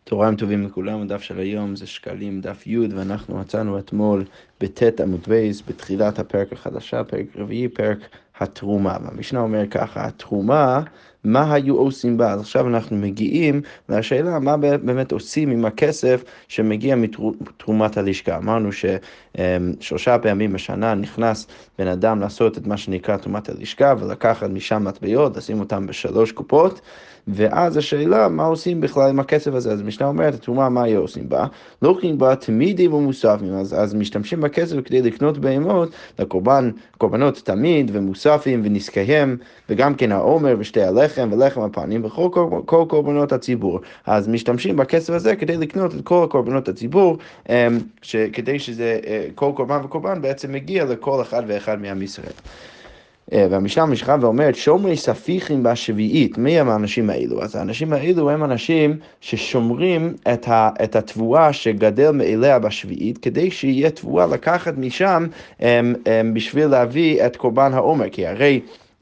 צהריים טובים לכולם, הדף של היום זה שקלים דף י' ואנחנו מצאנו אתמול בט' עמוד בייס, בתחילת הפרק החדשה, פרק רביעי, פרק התרומה. והמשנה אומר ככה, התרומה, מה היו עושים בה? אז עכשיו אנחנו מגיעים לשאלה מה באמת עושים עם הכסף שמגיע מתרומת הלשכה. אמרנו ששלושה פעמים בשנה נכנס בן אדם לעשות את מה שנקרא תרומת הלשכה ולקחת משם מטבעות, לשים אותם בשלוש קופות, ואז השאלה, מה עושים בכלל עם הכסף הזה? אז המשנה אומרת, התרומה, מה היו עושים בה? לוקחים בה תמידים ומוספים, אז משתמשים בכסף כדי לקנות בהמות לקורבנות תמיד ומוספים ונזקיהם, וגם כן העומר ושתי הלחם ולחם הפנים וכל קורבנות הציבור. אז משתמשים בכסף הזה כדי לקנות את כל קורבנות הציבור, כדי שזה, כל קורבן וקורבן בעצם מגיע לכל אחד ואחד מעם ישראל. והמשנה ממשיכה ואומרת, שומרי ספיחים בשביעית, מי הם האנשים האלו? אז האנשים האלו הם אנשים ששומרים את התבואה שגדל מאליה בשביעית, כדי שיהיה תבואה לקחת משם בשביל להביא את קורבן העומר, כי הרי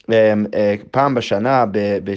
פעם בשנה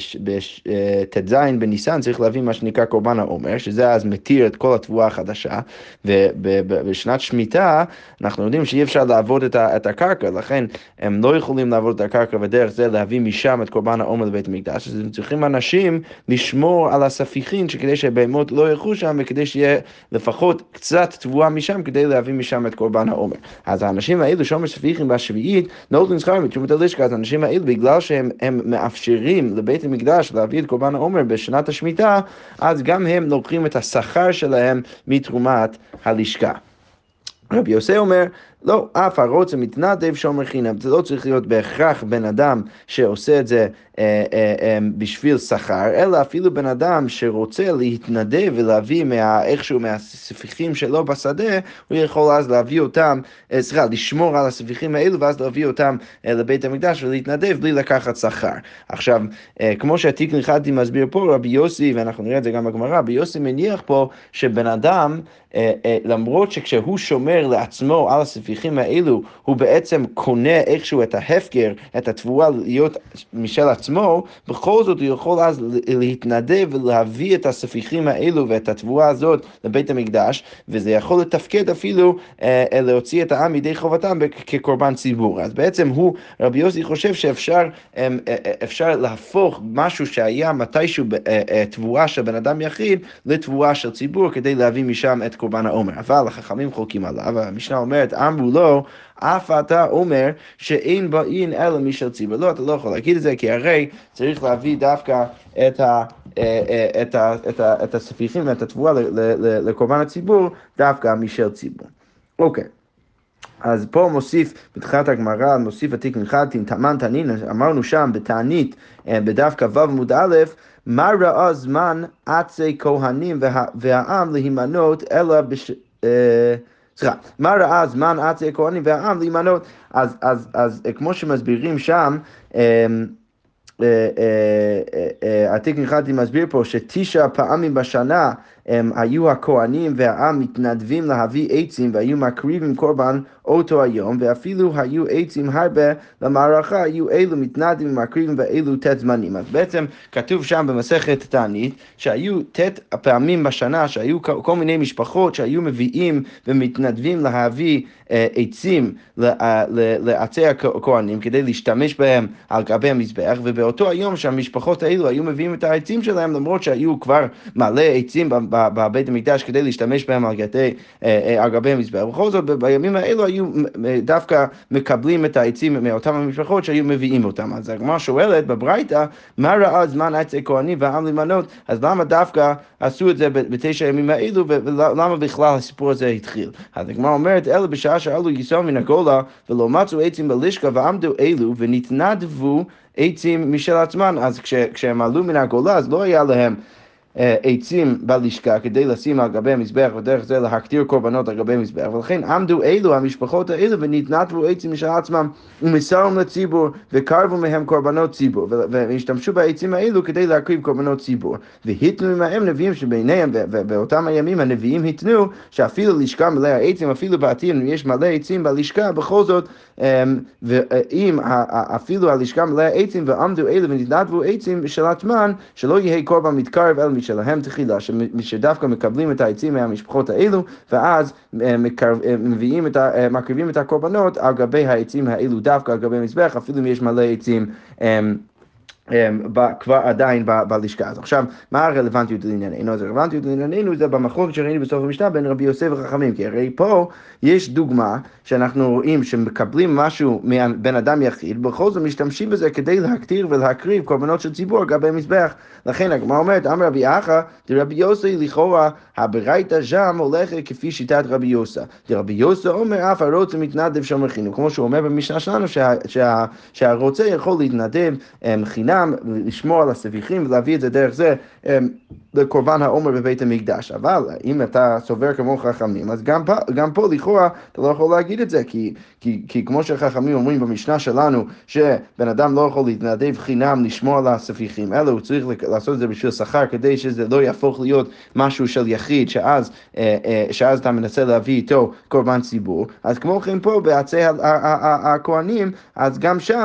בט"ז בניסן צריך להביא מה שנקרא קורבן העומר, שזה אז מתיר את כל התבואה החדשה, ובשנת שמיטה אנחנו יודעים שאי אפשר לעבוד את הקרקע, לכן הם לא יכולים לעבוד את הקרקע ודרך זה להביא משם את קורבן העומר לבית המקדש, אז הם צריכים אנשים לשמור על הספיחים שכדי שהבהמות לא ילכו שם, וכדי שיהיה לפחות קצת תבואה משם כדי להביא משם את קורבן העומר. אז האנשים האלו שומר ספיחים בשביעית נותנים שכר מתרומת הלשכה. אז האנשים האלו בגלל שהם מאפשרים לבית המקדש להביא את קורבן העומר בשנת השמיטה, אז גם הם לוקחים את השכר שלהם מתרומת הלשכה. רבי יוסי אומר, לא, אף הרוצה מתנדב שומר חינם, זה לא צריך להיות בהכרח בן אדם שעושה את זה בשביל שכר, אלא אפילו בן אדם שרוצה להתנדב ולהביא איכשהו מהספיחים שלו בשדה, הוא יכול אז להביא אותם, לשמור על הספיחים האלו ואז להביא אותם לבית המקדש ולהתנדב בלי לקחת שכר. עכשיו, כמו שהתיקון חדתי מסביר פה, רבי יוסי, ואנחנו נראה את זה גם בגמרא, רבי יוסי מניח פה שבן אדם, למרות שכשהוא שומר לעצמו על הספיחים האלו, הוא בעצם קונה איכשהו את ההפקר, את התבואה להיות משל עצמו, בכל זאת הוא יכול אז להתנדב ולהביא את הספיחים האלו ואת התבואה הזאת לבית המקדש, וזה יכול לתפקד אפילו להוציא את העם מידי חובתם כקורבן ציבור. אז בעצם רבי יוסי חושב שאפשר להפוך משהו שהיה מתישהו תבואה של בן אדם יחיד לתבואה של ציבור, כדי להביא משם את קורבן העומר. אבל החכמים חולקים עליו, המשנה אומרת, אמרו לו, אף אתה אומר שאין באין אלא משל ציבור. לא, אתה לא יכול להגיד את זה, כי הרי צריך להביא דווקא את הספיחים ואת התבואה לקורבן הציבור, דווקא משל ציבור. אוקיי. אז פה מוסיף, בתחילת הגמרא, מוסיף התיקון חדתי, תמן תנין, אמרנו שם בתענית, בדף כ"ו עמוד א', מה ראה זמן עצי כהנים והעם להימנות אלא מה ראה זמן עצי הכהנים והעם להימנות? אז כמו שמסבירים שם, התיקון חדתי מסביר פה ש9 פעמים בשנה היו הכהנים והעם מתנדבים להביא עצים והיו מקריבים קורבן אותו היום, ואפילו היו עצים הרבה למערכה, היו אלו מתנדבים ומקריבים ואלו ת' זמנים. אז בעצם כתוב שם במסכת תענית שהיו ת' פעמים בשנה שהיו כל מיני משפחות שהיו מביאים ומתנדבים להביא עצים לעצי הכהנים כדי להשתמש בהם על גבי המזבח, ובאותו היום שהמשפחות האלו היו מביאים את העצים שלהם, למרות שהיו כבר מלא עצים בבית המקדש כדי להשתמש בהם על גבי המזבח. בכל זאת בימים האלו היו דווקא מקבלים את העצים מאותם המשפחות שהיו מביאים אותם. אז הגמרא שואלת בברייתא, מה ראה זמן עצי כהנים והעם להימנות? אז למה דווקא עשו את זה ב9 ימים האלו, ולמה בכלל הסיפור הזה התחיל? אז הגמרא אומרת, אלה בשעה שעלו יסוד מן הגולה ולא מצאו עצים בלשכה ועמדו אלו ונתנדבו עצים משל עצמן. אז כשהם עלו מן הגולה אז לא היה להם עצים בלשכה כדי לשים על גבי המזבח ודרך זה להקטיר קורבנות על גבי המזבח, ולכן עמדו אלו המשפחות האלו ונתנדבו עצים משל עצמם ומסרם לציבור וקרבו מהם קורבנות ציבור, והשתמשו בעצים האלו כדי להקריב קורבנות ציבור, והתנו עמהם נביאים שביניהם, ובאותם הימים הנביאים התנו שאפילו לשכה מלא העצים, אפילו בעתיד יש מלא עצים בלשכה, בכל זאת ואם אפילו הלשכה מלא עצים ועמדו אלו ונתנדבו עצים משל עצמן, שלא יהיה קורבן מתקרב אלא שלהם תחילה, שדווקא מקבלים את העצים מהמשפחות האלו, ואז מקריבים את הקורבנות על גבי העצים האלו דווקא על גבי מזבח, אפילו אם יש מלא עצים כבר עדיין בלשכה. אז עכשיו, מה הרלוונטיות לענייננו? אז הרלוונטיות לענייננו זה במחלוקת שראינו בסוף המשנה בין רבי יוסף וחכמים, כי הרי פה יש דוגמה שאנחנו רואים שמקבלים משהו מבן אדם יחיד, בכל זאת משתמשים בזה כדי להקטיר ולהקריב קורבנות של ציבור על גבי מזבח. לכן הגמרא אומרת, אמר רבי אחא, דרבי יוסי לכאורה, הברייתא שם הולכת כפי שיטת רבי יוסי. דרבי יוסי אומר, אף הרוצה מתנדב שומר חינוך. כמו שהוא אומר במשנה שלנו, שהרוצה יכול להתנדב חינם, לשמור על הסביחים ולהביא את זה דרך זה לקורבן העומר בבית המקדש. אבל אם אתה סובר כמו חכמים, אז גם פה לכאורה אתה לא יכול להגיד את זה, כי כמו שחכמים אומרים במשנה שלנו, שבן אדם לא יכול להתנדב חינם לשמור על הספיחים, אלא הוא צריך לעשות את זה בשביל שכר, כדי שזה לא יהפוך להיות משהו של יחיד, שאז אתה מנסה להביא איתו קורבן ציבור. אז כמו כן פה בעצי הכהנים, אז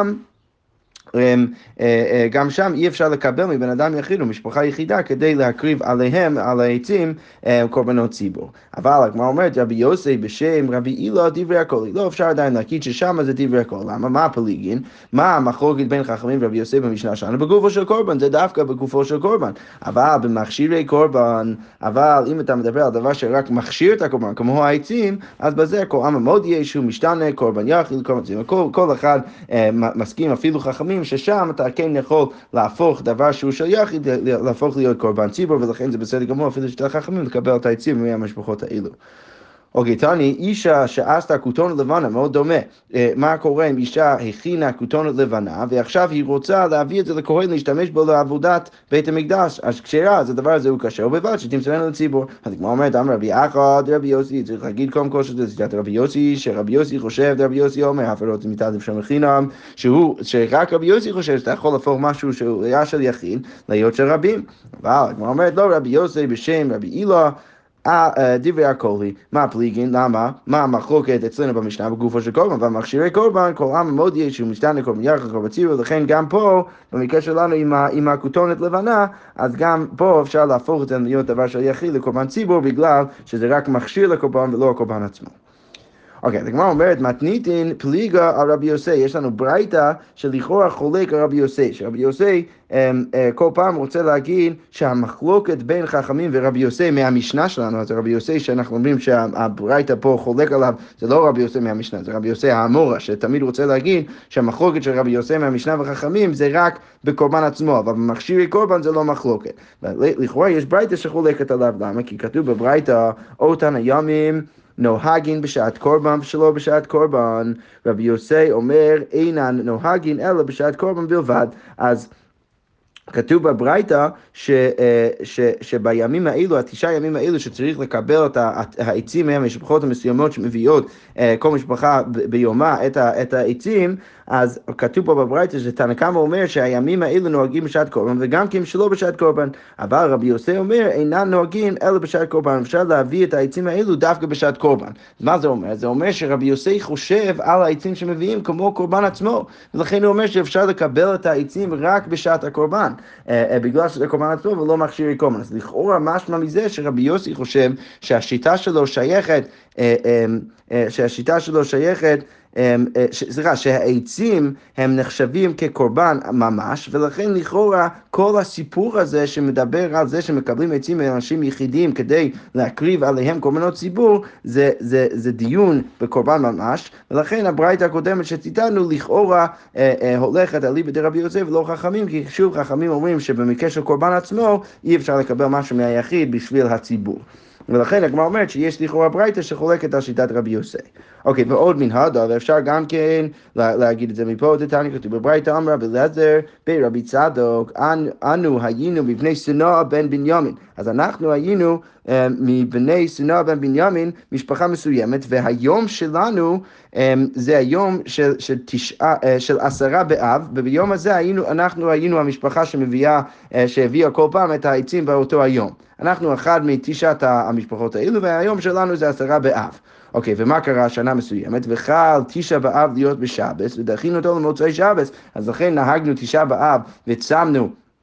גם שם אי אפשר לקבל מבן אדם יחיד או משפחה יחידה כדי להקריב עליהם, על העצים, קורבנות ציבור. אבל הגמרא אומרת, רבי יוסי בשם רבי הילה דברי הכל. לא אפשר עדיין להגיד ששם זה דברי הכל. למה? מה הפליגין? מה המחלוקת בין חכמים ורבי יוסי במשנה שלנו? בגופו של קורבן, זה דווקא בגופו של קורבן. אבל במכשירי קורבן, אבל אם אתה מדבר על דבר שרק מכשיר את הקורבן, כמו העצים, אז בזה כל עם המוד יש שהוא משתנה, קורבן יחיד, קורבן ציבור. כל אחד מסכים, אפילו חכמים, ששם אתה כן יכול להפוך דבר שהוא של יחיד, להפוך להיות קורבן ציבור, ולכן זה בסדר גמור, אפילו שאתה חכמים לקבל את העצים מהמשפחות האלו. אוקיי, תני, אישה שעשתה כותונת לבנה, מאוד דומה. מה קורה אם אישה הכינה כותונת לבנה, ועכשיו היא רוצה להביא את זה לכהן, להשתמש בו לעבודת בית המקדש. אז כשרה, אז הדבר הזה הוא קשה, ובלבד שתמסרנו לציבור. אז כמו אומרת, אמר רבי אחא דרבי יוסי, צריך להגיד קודם כל שזה שיטת רבי יוסי, שרבי יוסי חושב, רבי יוסי אומר, הפרות מתעדף שם חינם, שרק רבי יוסי חושב שאתה יכול להפוך משהו שהוא היה של יחיד, להיות של רבים. אבל כמו אומרת, לא רבי יוסי בשם רבי הילה, דברי הקולי, מה הפליגין, למה? מה המחלוקת אצלנו במשנה בגופו של קורבן, במכשירי קורבן, כל עם מאוד יש שהוא משתנה קורבן יחד קורבן ציבור, לכן גם פה, במקרה שלנו עם הכותונת לבנה, אז גם פה אפשר להפוך את זה להיות דבר של יחיד לקורבן ציבור, בגלל שזה רק מכשיר לקורבן ולא הקורבן עצמו. אוקיי, הגמרא אומרת, מתניתין פליגה על רבי יוסי, יש לנו ברייתא שלכאורה חולק על רבי יוסי, שרבי יוסי כל פעם רוצה להגיד שהמחלוקת בין חכמים ורבי יוסי מהמשנה שלנו, אז רבי יוסי שאנחנו אומרים שהברייתא פה חולק עליו, זה לא רבי יוסי מהמשנה, זה רבי יוסי האמורה, שתמיד רוצה להגיד שהמחלוקת של רבי יוסי מהמשנה וחכמים זה רק בקורבן עצמו, אבל במכשירי קורבן זה לא מחלוקת. לכאורה יש ברייתא שחולקת עליו, למה? כי כתוב בברייתא, אותן הימים, נוהגין בשעת קורבן ושלא בשעת קורבן. רבי יוסי אומר אינן נוהגין אלא בשעת קורבן בלבד. אז כתוב בברייתא שבימים האלו, 9 ימים האלו שצריך לקבל את העצים מהמשפחות המסוימות שמביאות כל משפחה ביומה את העצים, אז כתוב פה בברייתא שתנא קמא אומר שהימים האלו נוהגים בשעת קורבן וגם כן שלא בשעת קורבן, אבל רבי יוסי אומר אינם נוהגים אלא בשעת קורבן, אפשר להביא את העצים האלו דווקא בשעת קורבן. מה זה אומר? זה אומר שרבי יוסי חושב על העצים שמביאים כמו קורבן עצמו, ולכן הוא אומר שאפשר לקבל את העצים רק בשעת הקורבן, בגלל שזה קורבן עצמו ולא מכשירי קורבן. אז לכאורה משמע מזה שרבי יוסי חושב שהשיטה שלו שייכת, שהעצים הם נחשבים כקורבן ממש, ולכן לכאורה כל הסיפור הזה שמדבר על זה שמקבלים עצים מאנשים יחידים כדי להקריב עליהם קורבנות ציבור, זה דיון בקורבן ממש, ולכן הברייתא הקודמת שציטטנו לכאורה הולכת על ליבא דרבי יוסי ולא חכמים, כי שוב חכמים אומרים שבמקרה של קורבן עצמו אי אפשר לקבל משהו מהיחיד בשביל הציבור. ולכן הגמרא אומרת שיש לכאורה ברייתא שחולקת על שיטת רבי יוסי. אוקיי, ועוד מן הדא, ואפשר גם כן להגיד את זה מפה, תתניא כתוב בברייתא אמר רבי אליעזר ברבי צדוק, אנו היינו מבני שנאה בן בנימין. אז אנחנו היינו מבני שנאה בן בנימין, משפחה מסוימת, והיום שלנו זה היום של 10 באב, וביום הזה אנחנו היינו המשפחה שהביאה כל פעם את העצים באותו היום. אנחנו אחד מ9 המשפחות האלו, והיום שלנו זה 10 באב. אוקיי, ומה קרה שנה מסוימת? וחל 9 באב להיות בשבס, ודחינו אותו למוצאי שבס, אז לכן נהגנו 9 באב וצמנו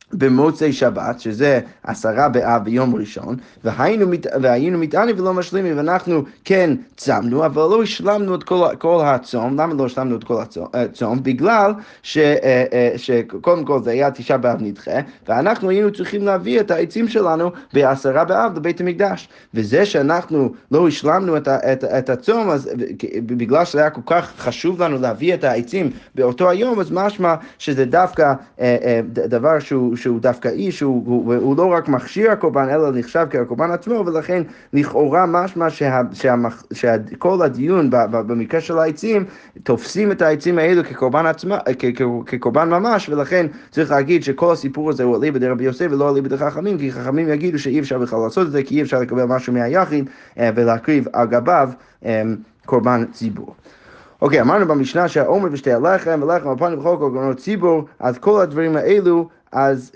במוצאי שבת, שזה 10 באב ביום ראשון, והיינו מתענים ולא משלימים, ואנחנו כן צמנו, אבל לא השלמנו את כל הצום. למה לא השלמנו את כל הצום? בגלל שקודם כל זה היה 9 באב נדחה, ואנחנו היינו צריכים להביא את העצים שלנו ב10 באב לבית המקדש. וזה שאנחנו לא השלמנו את הצום, אז בגלל שזה היה כל כך חשוב לנו להביא את העצים באותו היום, אז משמע שזה דווקא דבר שהוא דווקא איש, הוא לא רק מכשיר הקורבן, אלא נחשב כקורבן עצמו, ולכן לכאורה משמע שכל הדיון במקרה של העצים, תופסים את העצים האלו כקורבן ממש, ולכן צריך להגיד שכל הסיפור הזה הוא עלי בדי רבי יוסף ולא עלי בדי חכמים, כי חכמים יגידו שאי אפשר בכלל לעשות את זה, כי אי אפשר לקבל משהו מהיחיד ולהקריב על גביו קורבן ציבור. אוקיי, אמרנו במשנה שהעומר ושתי הלחם ולחם הפנים וכל קורבנות ציבור, אז כל הדברים האלו, אז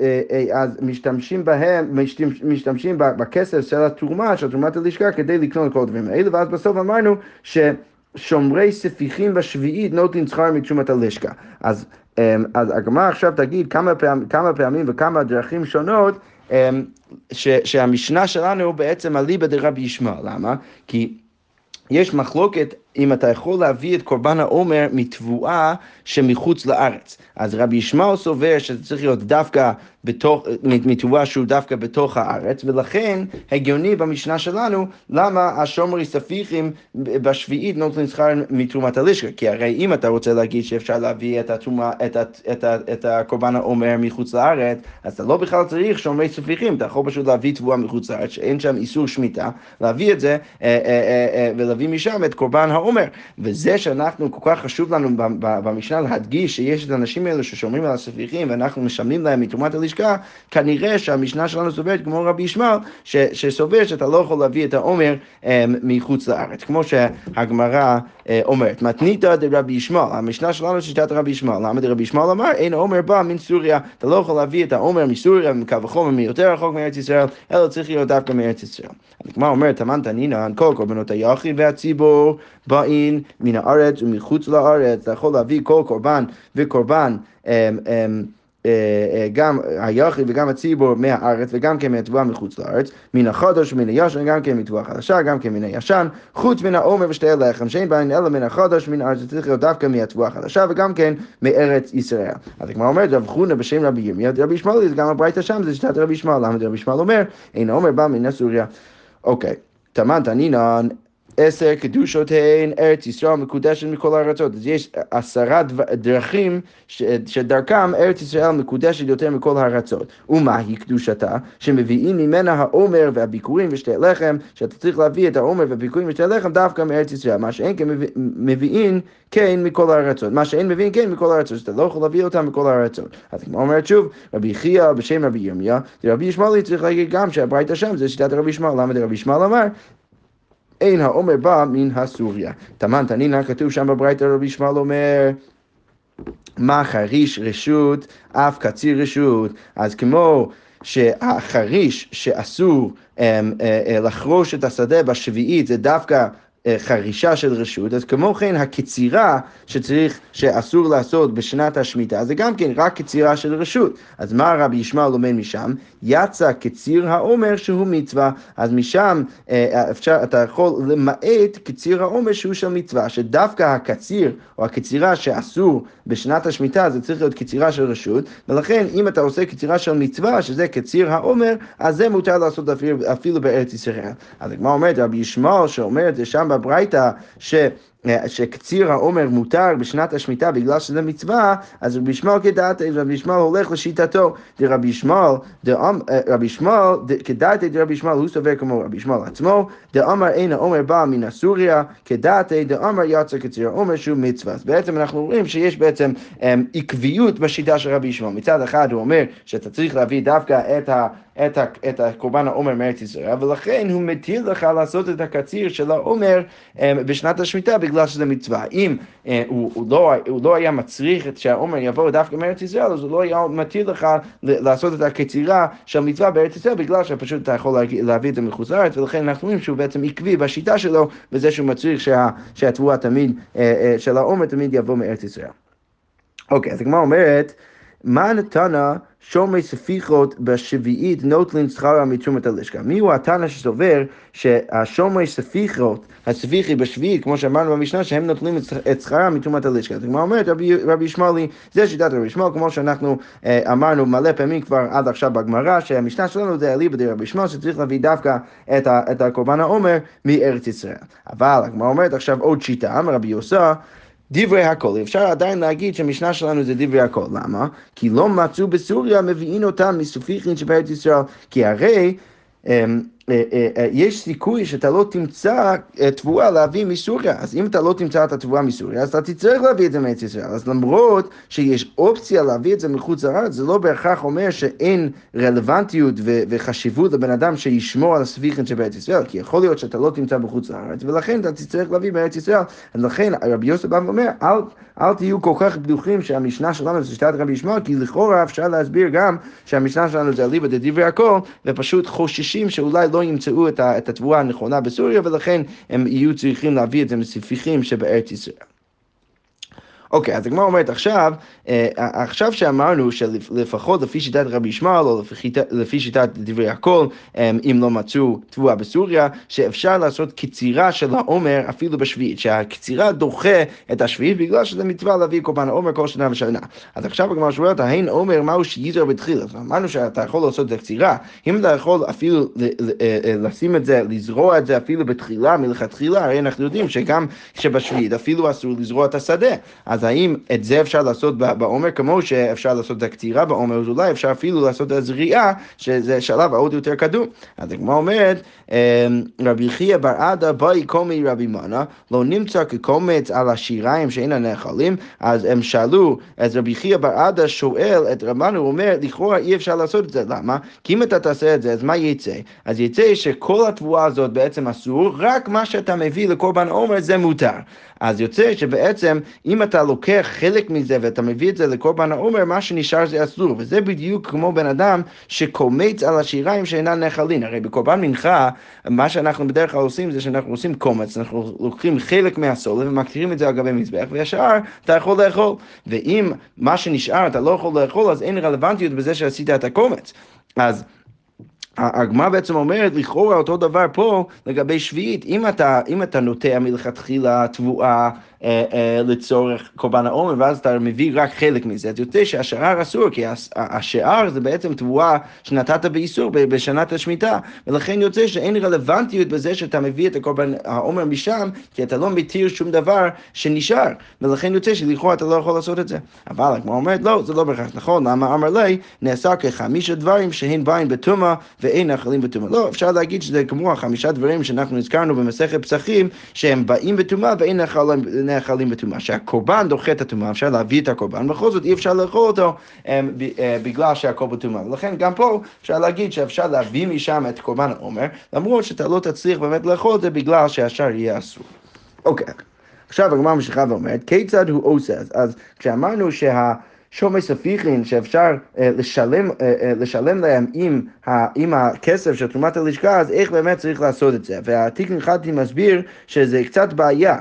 משתמשים בכסף של התרומה, של תרומת הלשכה, כדי לקנות את כל הדברים האלו, ואז בסוף אמרנו ששומרי ספיחים בשביעית נותנים שכר מתרומת הלשכה. אז הגמרא עכשיו תגיד כמה פעמים וכמה דרכים שונות, שהמשנה שלנו בעצם אליבא דרבי ישמעאל. למה? כי יש מחלוקת אם אתה יכול להביא את קורבן העומר מתבואה שמחוץ לארץ. אז רבי ישמעאל סובר שזה צריך להיות דווקא מתבואה שהוא דווקא בתוך הארץ, ולכן הגיוני במשנה שלנו למה השומרי ספיחים בשביעית נותנים שכר מתרומת הלשכה. כי הרי אם אתה רוצה להגיד שאפשר להביא את הקורבן העומר מחוץ לארץ, אז אתה לא בכלל צריך שומרי ספיחים, אתה יכול פשוט להביא תבואה מחוץ לארץ, שאין שם איסור שמיטה, להביא את זה ולהביא משם את קורבן העומר. וזה שאנחנו כל כך חשוב לנו במשנה להדגיש שיש את האנשים האלו ששומרים על הספיחים ואנחנו משלמים להם מתרומת הלשכה, כנראה שהמשנה שלנו סוברת כמו רבי ישמעאל שסובר שאתה לא יכול להביא את העומר מחוץ לארץ, כמו שהגמרא אומרת. מתניתא דרבי ישמעאל, המשנה שלנו שיטת רבי ישמעאל. למה דרבי ישמעאל אמר אין העומר בא מן סוריה, אתה לא יכול להביא את העומר מסוריה מקו וחומר מיותר רחוק מארץ ישראל, אלא צריך להיות דווקא מארץ ישראל. הגמרא אומרת תמן תנינן כל קורבנות היחיד והציבור באים מן הארץ ומחוץ לארץ. אתה יכול להביא כל קורבן וקורבן גם היחיד וגם הציבור מהארץ וגם כן מהתבואה מחוץ לארץ, מן החדש ומן הישן, גם כן מתבואה חדשה, גם כן מן הישן, חוץ מן העומר ושתי הלחם, שאין בהן אלא מן החדש מן הארץ, צריך להיות דווקא מהתבואה החדשה וגם כן מארץ ישראל. אז כמו אומרת רב חונה בשם רבי ירמיה, רבי ישמעאל, גם הברייתא שם זה שיטת רבי ישמעאל. למה רבי ישמעאל אומר אין העומר בא מן סוריה? אוקיי, תמן תנינן 10 קדושותיהן ארץ ישראל מקודשת מכל הארצות. אז יש 10 דרכים שדרכם ארץ ישראל מקודשת יותר מכל הארצות. ומהי קדושתה? שמביאים ממנה העומר והביקורים ושתי לחם, שאתה צריך להביא את העומר והביקורים ושתי לחם דווקא מארץ ישראל. מה שאין כן מביאים כן מכל הארצות. מה שאין מביאים כן מכל הארצות, שאתה לא יכול להביא אותם מכל הארצות. אז כמו אומרת שוב, רבי חייא בשם רבי ירמיה, רבי ישמעאל צריך להגיד גם שהברייתא שם זה שיטת רבי ישמעאל. למה רבי ישמעאל אמר אין העומר בא מן הסוריה? תמן תנינן, כתוב שם בברייתא רבי ישמעאל אומר מה חריש רשות אף קציר רשות. אז כמו שהחריש שאסור לחרוש את השדה בשביעית זה דווקא חרישה של רשות, אז כמו כן הקצירה שאסור לעשות בשנת השמיטה, זה גם כן רק קצירה של רשות. אז מה רבי ישמעאל לומד משם? יצא קציר העומר שהוא מצווה. אז משם אתה יכול למעט קציר העומר שהוא של מצווה, שדווקא הקציר או הקצירה שאסור בשנת השמיטה זה צריך להיות קצירה של רשות, ולכן אם אתה עושה קצירה של מצווה שזה קציר העומר, אז זה מותר לעשות אפילו בארץ ישראל. אז כמו אומרת רבי ישמעאל שאומרת שם בברייתא שקציר העומר מותר בשנת השמיטה בגלל שזה מצווה, אז רבי ישמעאל כדעתי, רבי ישמעאל הולך לשיטתו. רבי ישמעאל כדעתי דרבי ישמעאל הוא סובר כמו רבי ישמעאל עצמו, דאמר אין העומר בא מן הסוריה, כדעתי דאמר יצא קציר העומר שהוא מצווה. אז בעצם אנחנו רואים שיש בעצם עקביות בשיטה של רבי ישמעאל. מצד אחד הוא אומר שאתה צריך להביא דווקא את הקורבן העומר מארץ ישראל, ולכן הוא מתיר לך לעשות את הקציר של העומר בשנת השמיטה בגלל שזה מצווה. אם הוא לא היה מצריך שהעומר יבוא דווקא מארץ ישראל, אז הוא לא היה מתיר לך לעשות את הקצירה של מצווה בארץ ישראל, בגלל שפשוט אתה יכול להביא את זה מחוץ לארץ, ולכן אנחנו רואים שהוא בעצם עקבי בשיטה שלו, וזה שהוא מצריך שהתבואה תמיד, של העומר תמיד יבוא מארץ ישראל. אוקיי, אז הגמרא אומרת, מה נתנה שומרי ספיחות בשביעית נוטלין שכרה מתרומת הלשכה. מי הוא התנא שסובר שהשומרי ספיחות, הספיחי בשביעית, כמו שאמרנו במשנה, שהם נוטלים את שכרה מתרומת הלשכה. אז כמו אומרת רבי ישמעאל, זה שיטת רבי ישמעאל, כמו שאנחנו אמרנו מלא פעמים כבר עד עכשיו בגמרא, שהמשנה שלנו זה אליבא דרבי ישמעאל, שצריך להביא דווקא את הקורבן העומר מארץ ישראל. אבל הגמרא אומרת עכשיו עוד שיטה, רבי יוסי, דברי הכל. אפשר עדיין להגיד שהמשנה שלנו זה דברי הכל. למה? כי לא מצאו בסוריה מביאים אותם מספיחין שבארץ ישראל. כי הרי יש סיכוי שאתה לא תמצא תבואה להביא מסוריה. אז אם אתה לא תמצא את התבואה מסוריה, אז אתה תצטרך להביא את זה מארץ ישראל. אז למרות שיש אופציה להביא את זה מחוץ לארץ, זה לא בהכרח אומר שאין רלוונטיות וחשיבות לבן אדם שישמור על הספיחין שבארץ ישראל. כי יכול להיות שאתה לא תמצא בחוץ לארץ, ולכן אתה תצטרך להביא מארץ ישראל. אז לכן רבי יוסי בא ואומר, אל תהיו כל כך בטוחים שהמשנה שלנו זה שיטת רבי ישמעאל, כי לכאורה אפשר להסביר גם שהמשנה שלנו זה אליבא דברי הכל, ופשוט חוששים שאולי לא ימצאו את התבואה הנכונה בסוריה, ולכן הם יהיו צריכים להביא את זה מספיחים שבארץ ישראל. אוקיי, אז הגמרא אומרת עכשיו שאמרנו שלפחות לפי שיטת רבי ישמעאל, או לפי שיטת דברי הכל, אם לא מצאו תבואה בסוריה, שאפשר לעשות קצירה של העומר אפילו בשביעית, שהקצירה דוחה את השביעית, בגלל שזה מצווה להביא קורבן העומר כל שנה ושנה. אז עכשיו הגמרא שואלת, האין עומר מהו שיזר בתחילה? אז אמרנו שאתה יכול לעשות את הקצירה, אם אתה יכול אפילו לשים את זה, לזרוע את זה אפילו בתחילה, מלכתחילה, הרי אנחנו יודעים שגם שבשביעית אפילו אסור לזרוע את השדה. אז האם את זה אפשר לעשות בעומר, כמו שאפשר לעשות את הקצירה בעומר, אז אולי אפשר אפילו לעשות את הזריעה, שזה שלב עוד יותר קדום. אז כמו אומרת, רבי חייא בר עדה באי קומי רבי מנה, לא נמצא כקומץ על השיריים שאינם נאכלים, אז הם שאלו, אז רבי חייא בר עדה שואל את רבנו, הוא אומר, לכאורה אי אפשר לעשות את זה, למה? כי אם אתה תעשה את זה, אז מה יצא? אז יצא שכל התבואה הזאת בעצם אסור, רק מה שאתה מביא לקורבן עומר זה מותר. אז יוצא שבעצם אם אתה לוקח חלק מזה ואתה מביא את זה לקורבן העומר, מה שנשאר זה אסור, וזה בדיוק כמו בן אדם שקומץ על השיריים שאינן נאכלים. הרי בקורבן מנחה, מה שאנחנו בדרך כלל עושים זה שאנחנו עושים קומץ, אנחנו לוקחים חלק מהסולת ומקטירים את זה על גבי מזבח, והשאר אתה יכול לאכול, ואם מה שנשאר אתה לא יכול לאכול, אז אין רלוונטיות בזה שעשית את הקומץ. אז הגמרא בעצם אומרת, לכאורה אותו דבר פה לגבי שביעית, אם אתה נוטע מלכתחילה תבואה לצורך קורבן העומר, ואז אתה מביא רק חלק מזה, אתה יוצא שהשאר אסור, כי השאר זה בעצם תבואה שנתת באיסור בשנת השמיטה, ולכן יוצא שאין רלוונטיות בזה שאתה מביא את הקורבן העומר משם, כי אתה לא מתיר שום דבר שנשאר, ולכן יוצא שלכאורה אתה לא יכול לעשות את זה. אבל הגמרא אומרת, לא, זה לא בהכרח נכון, למה אמר לי, נעשה כ5 דברים שהן באים בטומאה ואין נאכלים בטומאה. לא, אפשר להגיד שזה כמו 5 דברים שאנחנו הזכרנו במסכת פסחים, שהם באים בטומאה ואין נאכלים בטומאה. שהקורבן דוחה את הטומאה, אפשר להביא את הקורבן, בכל זאת אי אפשר לאכול אותו בגלל שהכל בטומאה. ולכן גם פה אפשר להגיד שאפשר להביא משם את קורבן העומר, למרות שאתה לא תצליח באמת לאכול את זה בגלל שהשאר יהיה אסור. אוקיי. עכשיו הגמרא ממשיכה ואומרת, כיצד הוא עושה? אז כשאמרנו שומרי ספיחין שאפשר לשלם להם עם הכסף של תרומת הלשכה, אז איך באמת צריך לעשות את זה? והתיקון חלטי מסביר שזה קצת בעיה,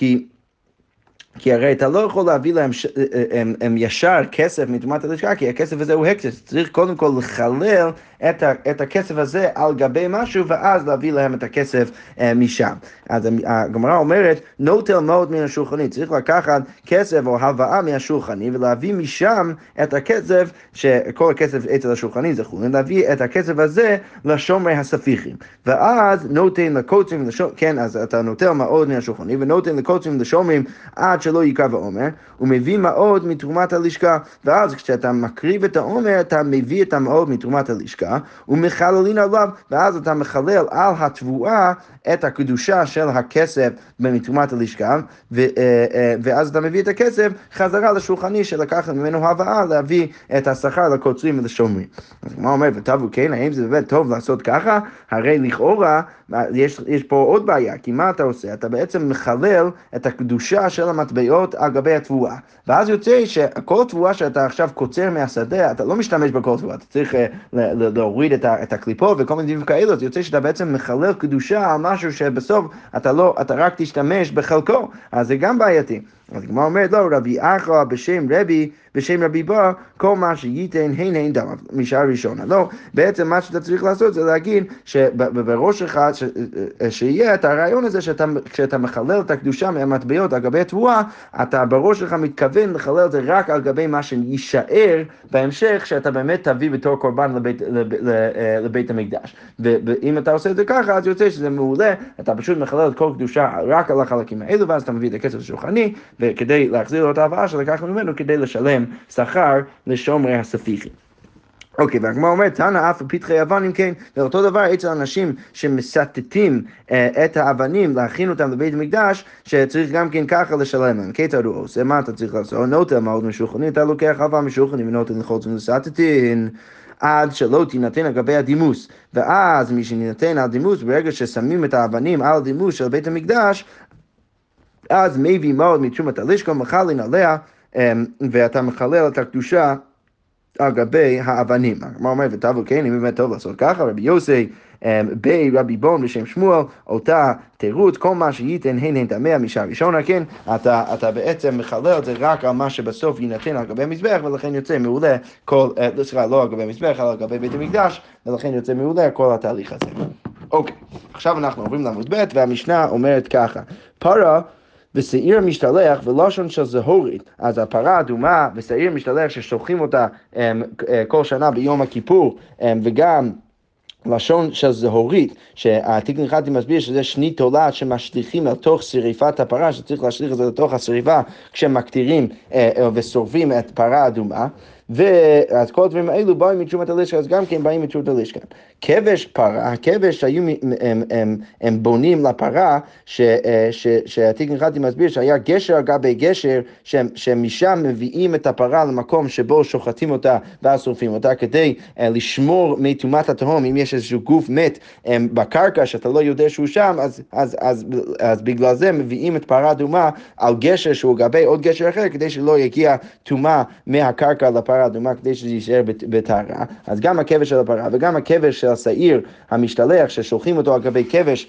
כי הרי אתה לא יכול להביא להם ישר כסף מתרומת הלשכה, כי הכסף הזה הוא הקצף, צריך קודם כל לחלל את הכסף הזה על גבי משהו, ואז להביא להם את הכסף משם. אז הגמרא אומרת, נוטל מאוד מן השולחני, צריך לקחת כסף או הלוואה מהשולחני, ולהביא משם את הכסף, שכל הכסף אצל השולחני זה חולין, להביא את הכסף הזה לשומרי הספיחים. ואז נותן לקוצרים, כן, אז אתה נוטל מאוד מן השולחני, ונותן לקוצרים לשומרים עד שלא יקרא העומר, ומביא מאוד מתרומת הלשכה. ואז כשאתה מקריב את העומר, אתה מביא את המאוד מתרומת הלשכה, ומחללין עליו, ואז אתה מחלל על התבואה את הקדושה של הכסף מתרומת הלשכה, ואז אתה מביא את הכסף חזרה לשולחני שלקחת ממנו הלוואה להביא את השכר לקוצרים ולשומרים. אז מה אומר, ותבו כן, האם זה באמת טוב לעשות ככה? הרי לכאורה יש פה עוד בעיה, כי מה אתה עושה? אתה בעצם מחלל את הקדושה של המטבעות על גבי התבואה, ואז יוצא שכל תבואה שאתה עכשיו קוצר מהשדה, אתה לא משתמש בכל תבואה, אתה צריך להוריד את הקליפות וכל מיני דברים כאלו, אז יוצא שאתה בעצם מחלל קדושה על משהו שבסוף אתה רק תשתמש בחלקו, אז זה גם בעייתי. אז הגמרא אומרת, לא, רבי אחא בשם רבי בא, כל מה שייתן הן דמיו, משעה ראשונה. לא, בעצם מה שאתה צריך לעשות זה להגיד שבראש שלך, שיהיה את הרעיון הזה כשאתה מחלל את הקדושה מהמטבעות על גבי תבואה, אתה בראש שלך מתכוון לחלל את זה רק על גבי מה שישאר בהמשך, שאתה באמת תביא בתור קורבן לבית המקדש. ואם אתה עושה את זה ככה, אז יוצא שזה מעולה, אתה פשוט מחלל את כל קדושה רק על החלקים האלו, ואז אתה מביא את הכסף השולחני, וכדי להחזיר לו את ההבאה שלקח ממנו, כדי לשלם שכר לשומרי הספיחים. אוקיי, והגמרא אומרת, תנא אף פתחי אבנים כן, ואותו דבר אצל אנשים שמסתתים את האבנים, להכין אותם לבית המקדש, שצריך גם כן ככה לשלם להם. כיצד הוא עושה? מה אתה צריך לעשות? נוטל מעות משולחני, אתה לוקח אבן משולחני ונוטל לחוץ ומסתתין. עד שלא תינתן לגבי הדימוס, ואז מי שנינתן על דימוס, ברגע ששמים את האבנים על הדימוס של בית המקדש, אז מביא מאוד מתרומת הלשכה, מחלין עליה, ואתה מחלל את הקדושה על גבי האבנים. מה אומר ותבוא כן, אם באמת טוב לעשות ככה, רבי יוסי, בי רבי בון בשם שמואל, אותה תירוץ, כל מה שייתן הן טמא משעה ראשונה, כן, אתה בעצם מחלל את זה רק על מה שבסוף יינתן על גבי המזבח, ולכן יוצא מעולה לא על גבי המזבח, אלא על גבי בית המקדש, ולכן יוצא מעולה כל התהליך הזה. אוקיי, עכשיו אנחנו עוברים לעמוד ב' והמשנה אומרת ככה, פרה ושעיר משתלח ולשון של זהורית. אז הפרה אדומה ושעיר משתלח ששולחים אותה כל שנה ביום הכיפור, וגם לשון של זהורית, שהתיקון חתי מסביר שזה שני תולעת שמשליכים אל תוך שריפת הפרה, שצריך להשליך את זה לתוך השריפה כשמקטירים ושורפים את פרה אדומה, ואז כל הדברים האלו באים מתרומת הלשכה, אז גם כן באים מתרומת הלשכה. כבש פרה, הכבש שהיו הם בונים לפרה, שהתיקון חתי מסביר שהיה גשר על גבי גשר, שמשם מביאים את הפרה למקום שבו שוחטים אותה ואז שורפים אותה, כדי לשמור מטומאת התהום. אם יש איזשהו גוף מת בקרקע שאתה לא יודע שהוא שם, אז בגלל זה מביאים את פרה אדומה על גשר שהוא גבי עוד גשר אחר, כדי שלא יגיע טומאה מהקרקע לפרה אדומה, כדי שזה יישאר בטהרה. אז גם הכבש של הפרה וגם הכבש של השעיר המשתלח, ששולחים אותו על גבי כבש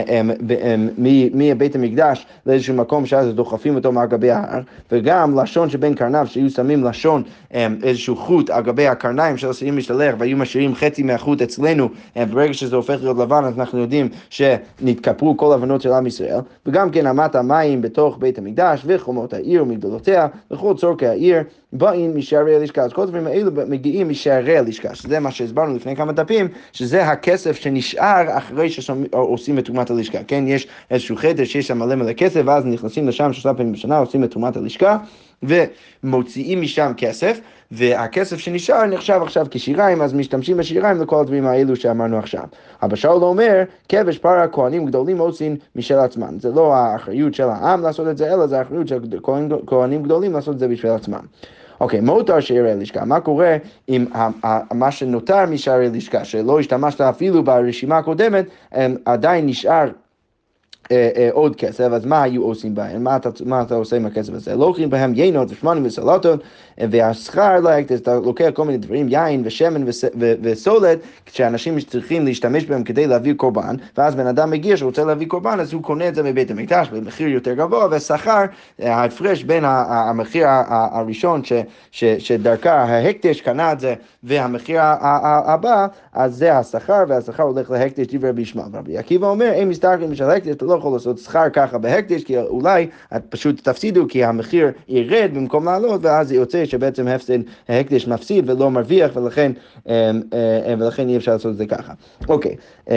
מבית המקדש לאיזשהו מקום שאז דוחפים אותו מעל גבי ההר, וגם לשון שבין קרניו, שהיו שמים לשון איזשהו חוט על גבי הקרניים של השעיר המשתלח, והיו משאירים חצי מהחוט אצלנו, וברגע שזה הופך להיות לבן, אז אנחנו יודעים שנתכפרו כל הבנות של עם ישראל, וגם כן אמת המים בתוך בית המקדש, וחומות העיר ומגדלותיה, וכל צורכי העיר, באים משערי הלשכה. אז כל הדברים האלו מגיעים משערי הלשכה, שזה מה שהסברנו לפני כמה דפים, שזה הכסף שנשאר אחרי שעושים את תרומת הלשכה. כן, יש איזשהו חדר שיש שם מלא כסף, ואז נכנסים לשם 3 פעמים בשנה, עושים את תרומת הלשכה, ומוציאים משם כסף, והכסף שנשאר נחשב עכשיו כשיריים, אז משתמשים בשיריים לכל הדברים האלו שאמרנו עכשיו. אבל שאול אומר, כבש פרה כהנים גדולים עושים משל עצמם. זה לא האחריות של העם לעשות את זה, אלא זה האחריות של כהנים גדולים לעשות את זה בשביל עצמם. אוקיי, מותר שערי הלשכה, מה קורה עם מה שנותר משערי הלשכה, שלא השתמשת אפילו ברשימה הקודמת, עדיין נשאר עוד כסף, אז מה היו עושים בהם? מה אתה עושה עם הכסף הזה? לוקחים בהם יינות ושמנים וסלטות, והשכר להקדש, אתה לוקח כל מיני דברים, יין ושמן וסולת, כשאנשים צריכים להשתמש בהם כדי להביא קורבן, ואז בן אדם מגיע שרוצה להביא קורבן, אז הוא קונה את זה מבית המקדש במחיר יותר גבוה, והשכר, ההפרש בין המחיר הראשון שדרכה ההקדש קנה את זה, והמחיר הבא, אז זה השכר, והשכר הולך להקדש דברי רבי ישמעאל. רבי עקיבא אומר, אם מסתכלים בשביל ההקדש, אתה לא יכול לעשות שכר ככה בהקדש, כי אולי את פשוט תפסידו, כי המחיר ירד במקום לעלות, ואז זה יוצא שבעצם ההקדש מפסיד ולא מרוויח, ולכן אי אפשר לעשות את זה ככה. אוקיי.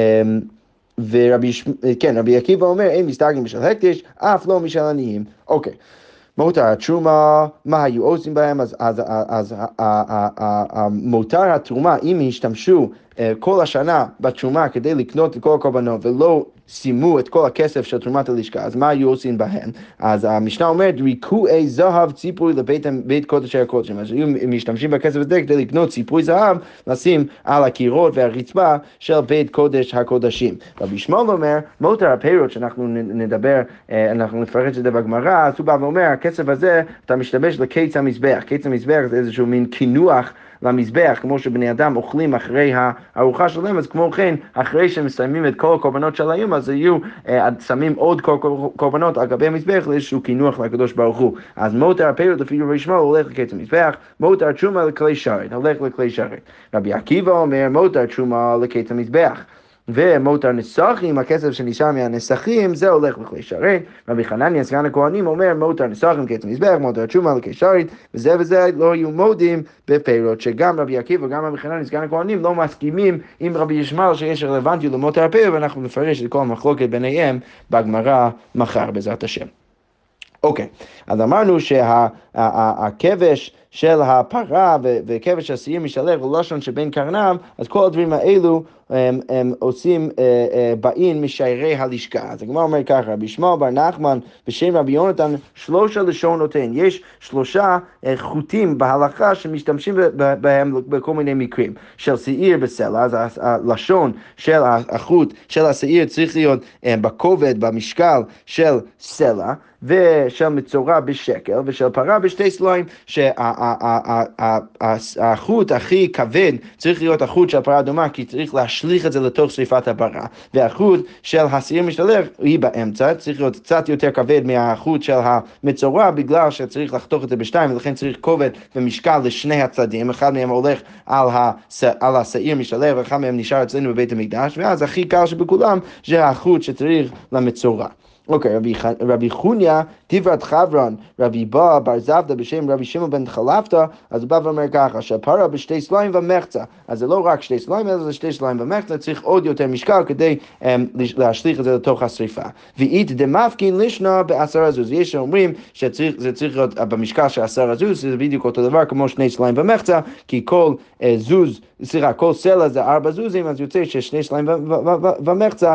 רבי עקיבא אומר, אין מסתכלים בשביל הקדש, אף לא משל עניים. אוקיי. מותר התרומה, מה היו עושים בהם? אז מותר התרומה, אם השתמשו כל השנה בתרומה כדי לקנות את כל הקורבנות ולא שימו את כל הכסף של תרומת הלשכה, אז מה היו עושים בהם? אז המשנה אומרת, ריקועי זהב ציפוי לבית קודש הקודשים. אז היו משתמשים בכסף הזה כדי לקנות ציפוי זהב, לשים על הקירות והרצפה של בית קודש הקודשים. רבי ישמעאל אומר, מותר הפירות שאנחנו נדבר, אנחנו נפרט את זה בגמרא, אז הוא בא ואומר, הכסף הזה אתה משתמש לקץ המזבח. קץ המזבח זה איזשהו מין קינוח למזבח, כמו שבני אדם אוכלים אחרי הארוחה שלהם, אז כמו כן, אחרי שמסיימים את כל הקורבנות של היום, אז יהיו, שמים עוד קורבנות על גבי המזבח לאיזשהו קינוח לקדוש ברוך הוא. אז מותר הפירות לפי רבי שמואל הולך לקץ המזבח, מותר התרומה לכלי שרת, הולך לכלי שרת. רבי עקיבא אומר מותר התרומה לקץ המזבח. ומותר נסכים, הכסף שנשאר מהנסכים, זה הולך לכלי שרת. רבי חנניה סגן הכהנים אומר מותר נסכים קץ מזבח, מותר תשומה לכלי שרת, וזה לא יהיו מודים בפירות, שגם רבי עקיבא וגם רבי חנניה סגן הכהנים לא מסכימים עם רבי ישמעאל שיש רלוונטיות למותר הפירות, ואנחנו נפרש את כל המחלוקת ביניהם בגמרא מחר בעזרת השם. אוקיי, אז אמרנו שהכבש של הפרה וכבש השעיר משלח ולשון שבין קרניו, אז כל הדברים האלו הם עושים באין משיירי הלשכה. אז הגמרא אומר ככה, רבי שמואל בר נחמן בשם רבי יונתן 3 לשונותיהן. יש 3 חוטים בהלכה שמשתמשים בהם בכל מיני מקרים. של שעיר בסלע, אז הלשון של החוט של השעיר צריך להיות בכובד, במשקל של סלע, ושל מצורע בשקל, ושל פרה בשתי סלעים, שהחוט הכי כבד צריך להיות החוט של פרה אדומה, כי צריך להשליך את זה לתוך שריפת הפרה, והחוט של השעיר משתלח היא באמצע, צריך להיות קצת יותר כבד מהחוט של המצורע, בגלל שצריך לחתוך את זה בשתיים, ולכן צריך כובד ומשקל לשני הצדדים, אחד מהם הולך על השעיר משתלח, ואחד מהם נשאר אצלנו בבית המקדש, ואז הכי קל שבכולם זה החוט שצריך למצורע. אוקיי, רבי חוניה, דברת חברון, רבי בא בר זבדה בשם רבי שמעון בן חלפתא, אז הוא בא ואומר ככה, שהפרה בשתי סלעים ומחצה, אז זה לא רק 2 סלעים, אלא זה 2 סלעים ומחצה, צריך עוד יותר משקל כדי להשליך את זה לתוך השריפה. ואית דמפקין לשנה ב10 זוז, יש שאומרים שזה צריך להיות במשקל של 10 זוז, זה בדיוק אותו דבר כמו 2 סלעים ומחצה, כי כל כל סלע זה 4 זוזים, אז יוצא ש2 סלעים ומחצה,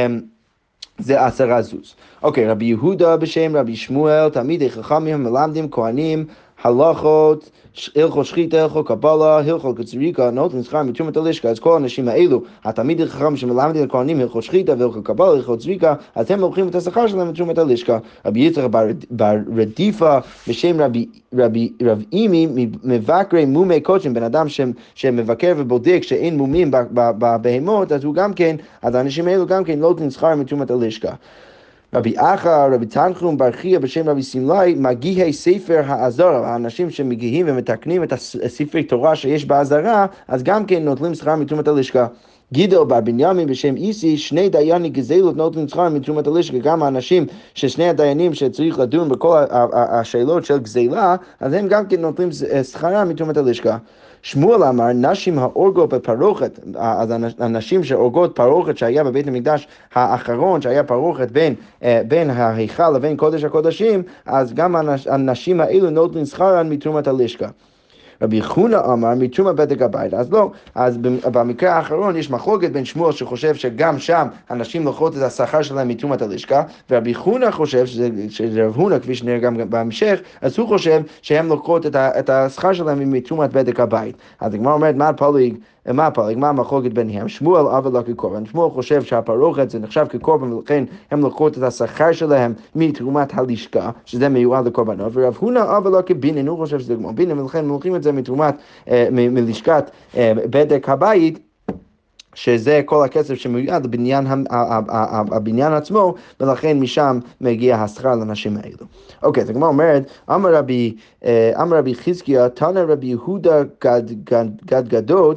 זה 10 זוז. אוקיי, רבי יהודה בשם רבי שמואל, תלמידי חכמים מלמדים כהנים, הלכות, הלכות שחיטה, הלכות קבלה, הלכות קצריקה, נותנים שכר מתרומת הלשכה. אז כל האנשים האלו, התלמידי חכמים שמלמדים לכהנים הלכות שחיטה והלכות קבלה, הלכות צריקה, אז הם לוקחים את השכר שלהם מתרומת הלשכה. רבי יצחק בר רדיפה בשם רבי אימי מבקרי מומי קודשים, בן אדם שמבקר ובודק שאין מומים בבהמות, אז הוא גם כן, אז האנשים האלו גם כן לא נותנים שכר מתרומת הלשכה. רבי אחא, רבי תנחום בר חייא בשם רבי סמלי, מגיהי ספר העזרה, האנשים שמגיעים ומתקנים את הספרי תורה שיש בעזרה, אז גם כן נוטלים שכר מתרומת הלשכה. גידל בר בנימין בשם איסי, 2 דייני גזלות נוטלים שכר מתרומת הלשכה, גם האנשים ששני הדיינים שצריך לדון בכל השאלות של גזלה, אז הם גם כן נוטלים שכר מתרומת הלשכה. שמואל אמר, נשים האורגות בפרוכת, אז הנשים שאורגות פרוכת שהיה בבית המקדש האחרון, שהיה פרוכת בין ההיכל לבין קודש הקודשים, אז גם הנשים האלו נוטלים שכרן מתרומת הלשכה. רבי חונה אמר מתרומת בדק הבית, אז לא, אז במקרה האחרון יש מחלוקת בין שמואל שחושב שגם שם הנשים לוקחות את השכר שלהם מתרומת הלשכה, ורבי חונה חושב שזה רב הונה, כפי שנראה גם בהמשך, אז הוא חושב שהם לוקחות את השכר שלהם מתרומת בדק הבית. אז הגמרא אומרת, מה המחלוקת ביניהם? שמואל אבל לא כקורבן. שמואל חושב שהפרוכת זה נחשב כקורבן, ולכן הם לוקחות את השכר שלהם מתרומת הלשכה, שזה מיועד לקורבנות, ורב הונה אבל לא כבינן, הוא חושב שזה כמו בינן, ולכן לוקחים את זה מתרומת, מלשכת בדק הבית, שזה כל הכסף שמיועד לבניין הבניין עצמו, ולכן משם מגיע השכר לנשים האלו. אוקיי, אז הגמרא אומרת, אמר רבי חזקיה, תנא רבי יהודה גד גדות,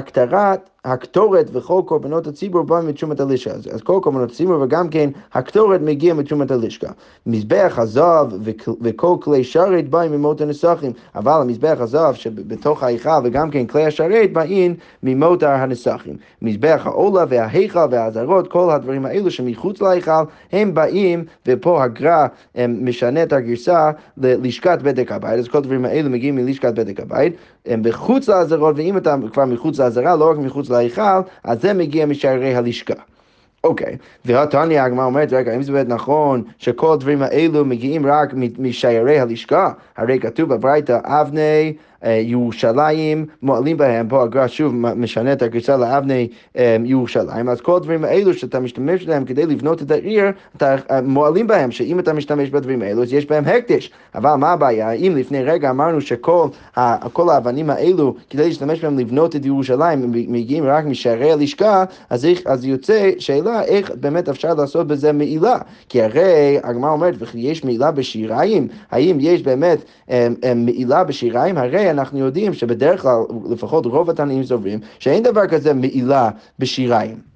הקטורת וכל קורבנות הציבור באים מתרומת הלשכה. אז כל קורבנות הציבור וגם כן הקטורת מגיע מתרומת הלשכה. מזבח הזהב וכל כלי שרת באים ממות הנסכים, אבל המזבח הזהב שבתוך ההיכל וגם כן כלי השרת באים ממות הנסכים. מזבח העולה וההיכל והעזרות, כל הדברים האלו שמחוץ להיכל הם באים, ופה הגר"א משנה את הגרסה ללשכת בדק הבית, אז כל הדברים האלו מגיעים מלשכת בדק הבית, הם בחוץ לעזרות, ואם אתה כבר מחוץ לעזרה, לא רק מחוץ להיכל, אז זה מגיע משערי הלשכה. אוקיי, והתניא הגמרא אומרת, רגע, אם זה באמת נכון שכל הדברים האלו מגיעים רק משערי הלשכה, הרי כתוב בברייתא, ירושלים מועלים בהם, פה הגר"א שוב משנה את הגרסה לאבני ירושלים, אז כל הדברים האלו שאתה משתמש בהם כדי לבנות את העיר, אתה מועלים בהם, שאם אתה משתמש בדברים האלו, אז יש בהם הקדש. אבל מה הבעיה? אם לפני רגע אמרנו שכל האבנים האלו, כדי להשתמש בהם לבנות את ירושלים, מגיעים רק משערי הלשכה, אז יוצא שאלה איך באמת אפשר לעשות בזה מעילה. כי הרי הגמרא אומרת, וכי יש מעילה בשיריים? האם יש באמת מעילה בשיריים? הרי אנחנו יודעים שבדרך כלל, לפחות רוב התנאים סוברים, שאין דבר כזה מעילה בשיריים.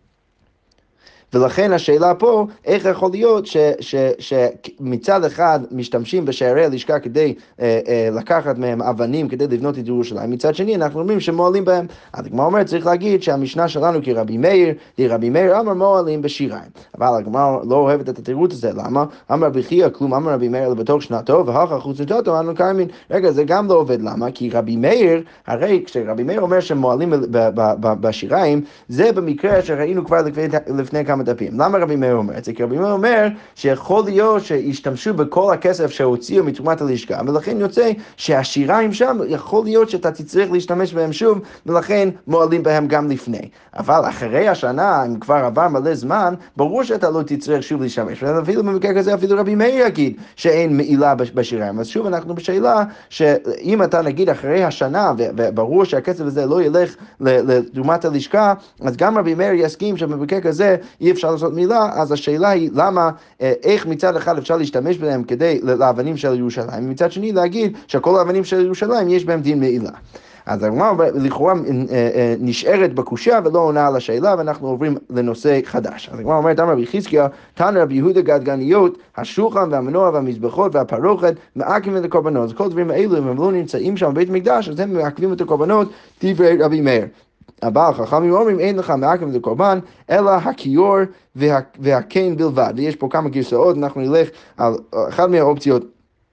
ולכן השאלה פה, איך יכול להיות שמצד אחד משתמשים בשערי הלשכה כדי לקחת מהם אבנים כדי לבנות את ירושלים, מצד שני אנחנו אומרים שמועלים בהם. אז הגמרא אומרת, צריך להגיד שהמשנה שלנו כרבי מאיר אמר מועלים בשיריים. אבל הגמרא לא אוהבת את התירוץ הזה, למה? אמר רבי חייא כלום אמר רבי מאיר בתוך שנתו, והכא חוץ שנתו אנו קיימין. רגע, זה גם לא עובד, למה? כי רבי מאיר, הרי כשרבי מאיר אומר שמועלים בשיריים, זה במקרה שראינו כבר לפני כמה דפים. למה רבי מאיר אומר את זה? כי רבי מאיר אומר שיכול להיות שישתמשו בכל הכסף שהוציאו מתרומת הלשכה, ולכן יוצא שהשיריים שם יכול להיות שאתה תצטרך להשתמש בהם שוב, ולכן מועלים בהם גם לפני. אבל אחרי השנה, אם כבר עבר מלא זמן, ברור שאתה לא תצטרך שוב להשתמש. ואפילו במקרה כזה, אפילו רבי מאיר יגיד שאין מעילה בשיריים. אז שוב אנחנו בשאלה שאם אתה נגיד אחרי השנה, וברור שהכסף הזה לא ילך לתרומת הלשכה, אז גם רבי מאיר יסכים שבמקרה כזה אי אפשר לעשות מילה. אז השאלה היא למה, איך מצד אחד אפשר להשתמש בהם כדי לאבנים של ירושלים, ומצד שני להגיד שכל האבנים של ירושלים יש בהם דין מעילה. אז הגמרא לכאורה נשארת בקושיה ולא עונה על השאלה, ואנחנו עוברים לנושא חדש. אז הגמרא אומרת, אמר רבי חזקיה, תנא רבי יהודה גדגניות, השולחן והמנורה והמזבחות והפרוכת מעכבים את הקורבנות. אז כל הדברים האלו, אם הם לא נמצאים שם בבית מקדש, אז הם מעכבים את הקורבנות, דברי רבי מאיר. אבל חכמים אומרים, אין לך מעכב את הקורבן, אלא הכיור והקן בלבד. ויש פה כמה גרסאות, אנחנו נלך על אחת מהאופציות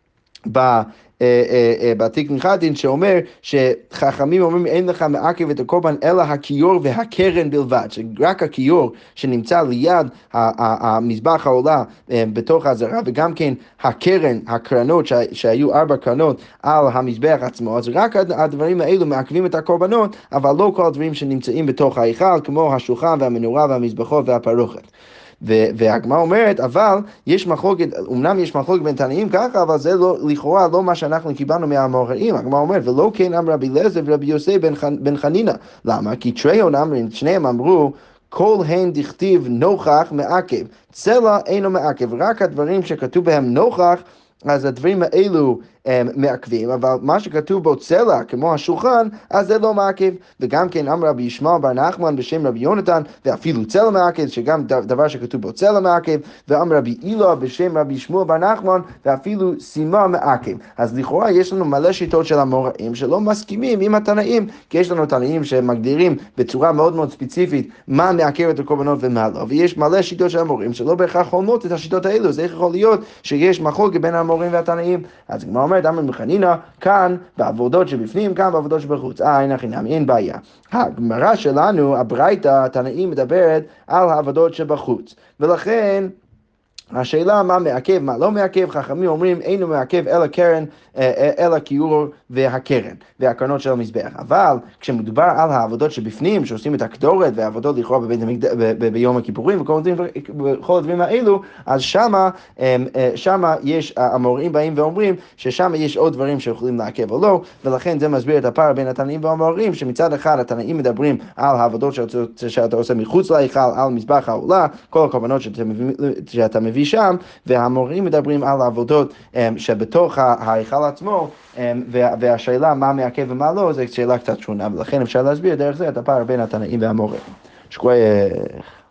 בתיקון חתין, שאומר שחכמים אומרים אין לך מעכב את הקורבן אלא הכיור והקרן בלבד, שרק הכיור שנמצא ליד המזבח העולה בתוך הזרה, וגם כן הקרן, הקרנות שהיו 4 קרנות על המזבח עצמו, אז רק הדברים האלו מעכבים את הקורבנות, אבל לא כל הדברים שנמצאים בתוך ההיכל, כמו השולחן והמנורה והמזבחות והפרוכת. והגמרא אומרת, אבל יש מחלוקת, אמנם יש מחלוקת בין תנאים ככה, אבל זה לא, לכאורה לא מה שאנחנו קיבלנו מהאמוראים. הגמרא אומרת, ולא כן אמר רבי אליעזר ורבי יוסי בן חנינא. למה? כי תריון אמרים, שניהם אמרו, כל הן דכתיב נוכח מעכב, צלע אינו מעכב, רק הדברים שכתוב בהם נוכח, אז הדברים האלו מעכבים, אבל מה שכתוב בו צלע, כמו השולחן, אז זה לא מעכב. וגם כן אמר רבי ישמעאל בר נחמן בשם רבי יונתן, ואפילו צלע מעכב, שגם דבר שכתוב בו צלע מעכב, ואמר רבי אילא בשם רבי שמואל בר נחמן, ואפילו סימה מעכב. אז לכאורה יש לנו מלא שיטות של המוראים שלא מסכימים עם התנאים, כי יש לנו תנאים שמגדירים בצורה מאוד מאוד ספציפית מה מעכב את הקורבנות ומה לא, ויש מלא שיטות של המוראים שלא בהכרח עונות את השיטות האלו. אז איך יכול להיות שיש מחלוקת בין המוראים והתנאים? אז כמו אומרת, אמר רבי חנינא, כאן בעבודות שבפנים, כאן בעבודות שבחוץ. אין החינם, אין בעיה. הגמרא שלנו, הברייתא, התנאים מדברת על העבודות שבחוץ. ולכן השאלה מה מעכב, מה לא מעכב, חכמים אומרים אינו מעכב אלא קרן, אלא כיור והקרן והקרנות של המזבח. אבל כשמדובר על העבודות שבפנים, שעושים את הקטורת והעבודות לכאורה ביום הכיפורים וכל הדברים האלו, אז שמה יש, המוראים באים ואומרים ששם יש עוד דברים שיכולים לעכב או לא, ולכן זה מסביר את הפער בין התנאים והמוראים, שמצד אחד התנאים מדברים על העבודות שאתה עושה מחוץ להיכל, על מזבח העולה, כל הקורבנות שאתה מביא שם, והמוראים מדברים על העבודות שבתוך ההיכל עצמו, והשאלה מה מעכב ומה לא, זו שאלה קצת שונה, ולכן אפשר להסביר דרך זה את הפער בין התנאים והמוראים. שכוייך.